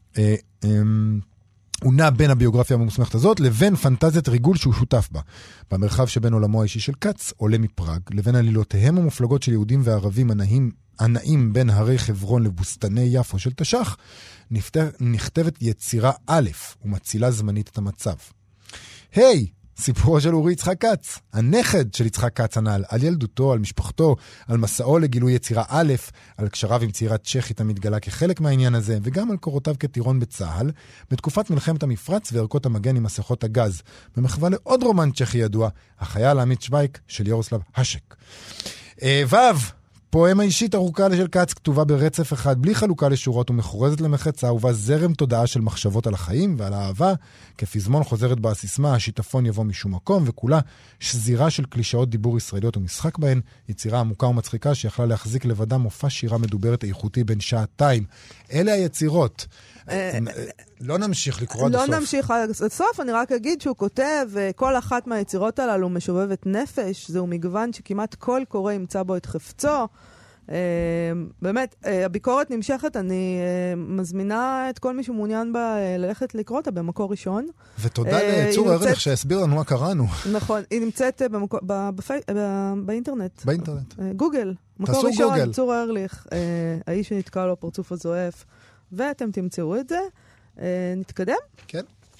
הוא נע בין הביוגרפיה הממוסמכת הזאת, לבין פנטזיית ריגול שהוא שותף בה. במרחב שבין עולמו האישי של כץ, עולה מפראג, לבין עלילותיהם המופלגות של יהודים וערבים הנעים, הנעים בין הרי חברון לבוסתני יפו של תש"ח, נכתבת יצירה א' ומצילה זמנית את המצב. היי! סיפורו של אורי יצחק כץ, הנכד של יצחק כץ הנ"ל, על ילדותו, על משפחתו, על מסעו לגילוי יצירה א', על קשריו עם צעירה צ'כית המתגלה כחלק מהעניין הזה, וגם על קורותיו כטירון בצהל, בתקופת מלחמת המפרץ וערכות המגן עם מסכות הגז, במחווה לעוד רומן צ'כי ידוע, החייל העמית שווייק של יורוסלב השק. ו' פואמה אישית ארוכה של כץ כתובה ברצף אחד בלי חלוקה לשורות ומחורזת למחצה, ובה זרם תודעה של מחשבות על החיים ועל האהבה, כפזמון חוזרת בה הסיסמה, השיטפון יבוא משום מקום, וכולה שזירה של קלישאות דיבור ישראליות ומשחק בהן, יצירה עמוקה ומצחיקה שיכלה להחזיק לבדה מופע שירה מדוברת איכותי בין שעתיים. אלה היצירות. לא נמשיך לקרוא עד הסוף. לא נמשיך עד הסוף, אני רק אגיד שהוא כותב, כל אחת מהיצירות הללו משובבת נפש, זהו מגוון שכמעט כל קורא ימצא בו את חפצו, באמת, הביקורת נמשכת, אני מזמינה את כל מי שמעוניין בה ללכת לקרוא אותה במקור ראשון. ותודה לצור ארליך שהסביר לנו מה קראנו. נכון, היא נמצאת באינטרנט. באינטרנט. גוגל. מקור ראשון, צור ארליך, האיש שנתקע לו פרצוף הזועף, ואתם תמצאו את זה. נתקדם? כן.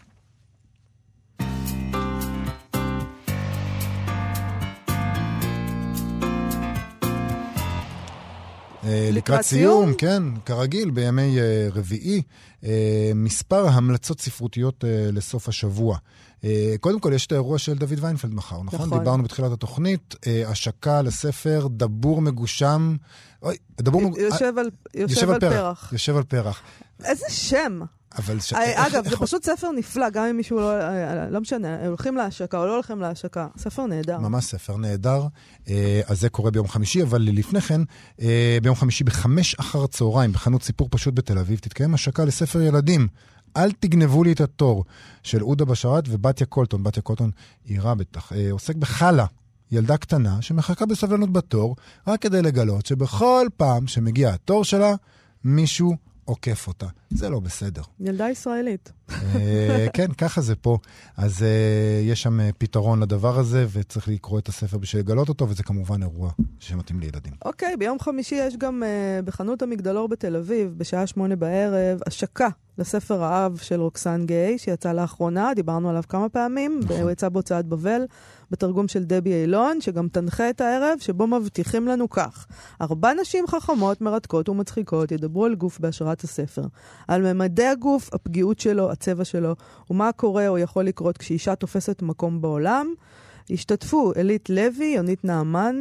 לקראת סיום, כן, כרגיל, בימי רביעי, מספר המלצות ספרותיות לסוף השבוע. קודם כל, יש את האירוע של דוד ויינפלד מחר, נכון? דיברנו בתחילת התוכנית, השקה לספר דבור מגושם, יושב על פרח. יושב על פרח. איזה שם! אגב, זה פשוט ספר נפלא, גם אם מישהו לא משנה, הולכים להשקה או לא הולכים להשקה. ספר נהדר. ממש ספר נהדר. אז זה קורה ביום חמישי, אבל לפני כן, ביום חמישי בחמש אחר הצהריים, בחנות סיפור פשוט בתל אביב, תתקיים השקה לספר ילדים. אל תגנבו לי את התור, של אודה בשרת ובתיה קולטון. בתיה קולטון עירה בטח, עוסק בחלה. ילדה קטנה שמחכה בסבלנות בתור, רק כדי לגלות שבכל פעם שמגיע התור שלה, מישהו עוקף אותה. זה לא בסדר. ילדה ישראלית. כן, ככה זה פה. אז יש שם פתרון לדבר הזה, וצריך לקרוא את הספר בשביל לגלות אותו, וזה כמובן אירוע שמתאים לילדים. אוקיי, ביום חמישי יש גם בחנות המגדלור בתל אביב, בשעה שמונה בערב, השקה לספר האב של רוקסן גיי, שיצא לאחרונה, דיברנו עליו כמה פעמים, הוא יצא בהוצאת בבל, בתרגום של דבי אילון, שגם תנחה את הערב, שבו מבטיחים לנו כך. ארבע נשים חכמות, מרתקות ומצחיקות ידברו על גוף בהשראת הספר. על ממדי הגוף, הפגיעות שלו, הצבע שלו, ומה קורה או יכול לקרות כשאישה תופסת מקום בעולם. השתתפו אלית לוי, יונית נעמן,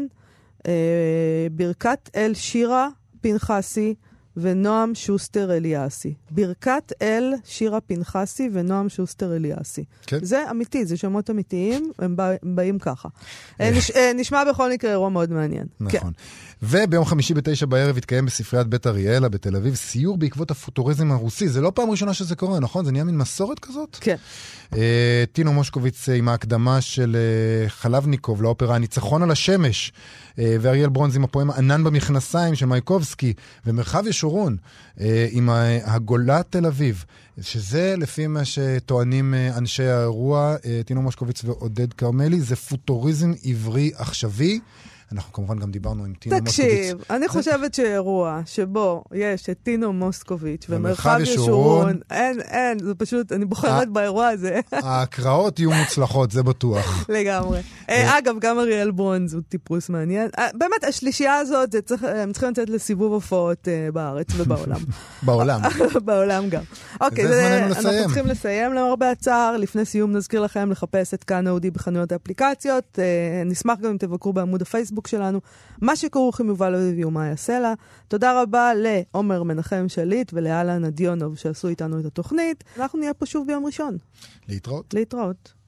אה, ברכת אל שירה פנחסי, ונועם שוסטר אליאסי. ברכת אל שירה פנחסי ונועם שוסטר אליאסי. כן. זה אמיתי, זה שמות אמיתיים, הם, בא, הם באים ככה. נש, נשמע בכל מקרה אירוע מאוד מעניין. נכון. כן. וביום חמישי בתשע בערב התקיים בספריית בית אריאלה בתל אביב, סיור בעקבות הפוטוריזם הרוסי. זה לא פעם ראשונה שזה קורה, נכון? זה נהיה מין מסורת כזאת? כן. טינו מושקוביץ עם ההקדמה של חלבניקוב לאופרה הניצחון על השמש, ואריאל ברונז עם הפואמה ענן במכנסיים של מייקובסקי, ומרחב ישורון עם הגולה תל אביב, שזה לפי מה שטוענים אנשי האירוע, טינו מושקוביץ ועודד קרמלי, זה פוטוריזם עברי עכשווי. אנחנו כמובן גם דיברנו עם טינו מוסקוביץ. תקשיב, אני חושבת שאירוע שבו יש את טינו מוסקוביץ ומרחב ישורון, אין, אין, זה פשוט, אני בוחרת באירוע הזה. ההקראות יהיו מוצלחות, זה בטוח. לגמרי. אגב, גם אריאל ברונז הוא טיפוס מעניין. באמת, השלישייה הזאת, הם צריכים לצאת לסיבוב הופעות בארץ ובעולם. בעולם. בעולם גם. אוקיי, אנחנו צריכים לסיים למרבה הצער. לפני סיום נזכיר לכם לחפש את כאן אודי בחנויות האפליקציות. נשמח גם אם תבקרו בעמוד הפייסבוק שלנו, מה שכרוך עם יובל אביבי ומה יעשה לה. תודה רבה לעומר מנחם שליט ולאלן אדיונוב שעשו איתנו את התוכנית. אנחנו נהיה פה שוב ביום ראשון. להתראות. להתראות.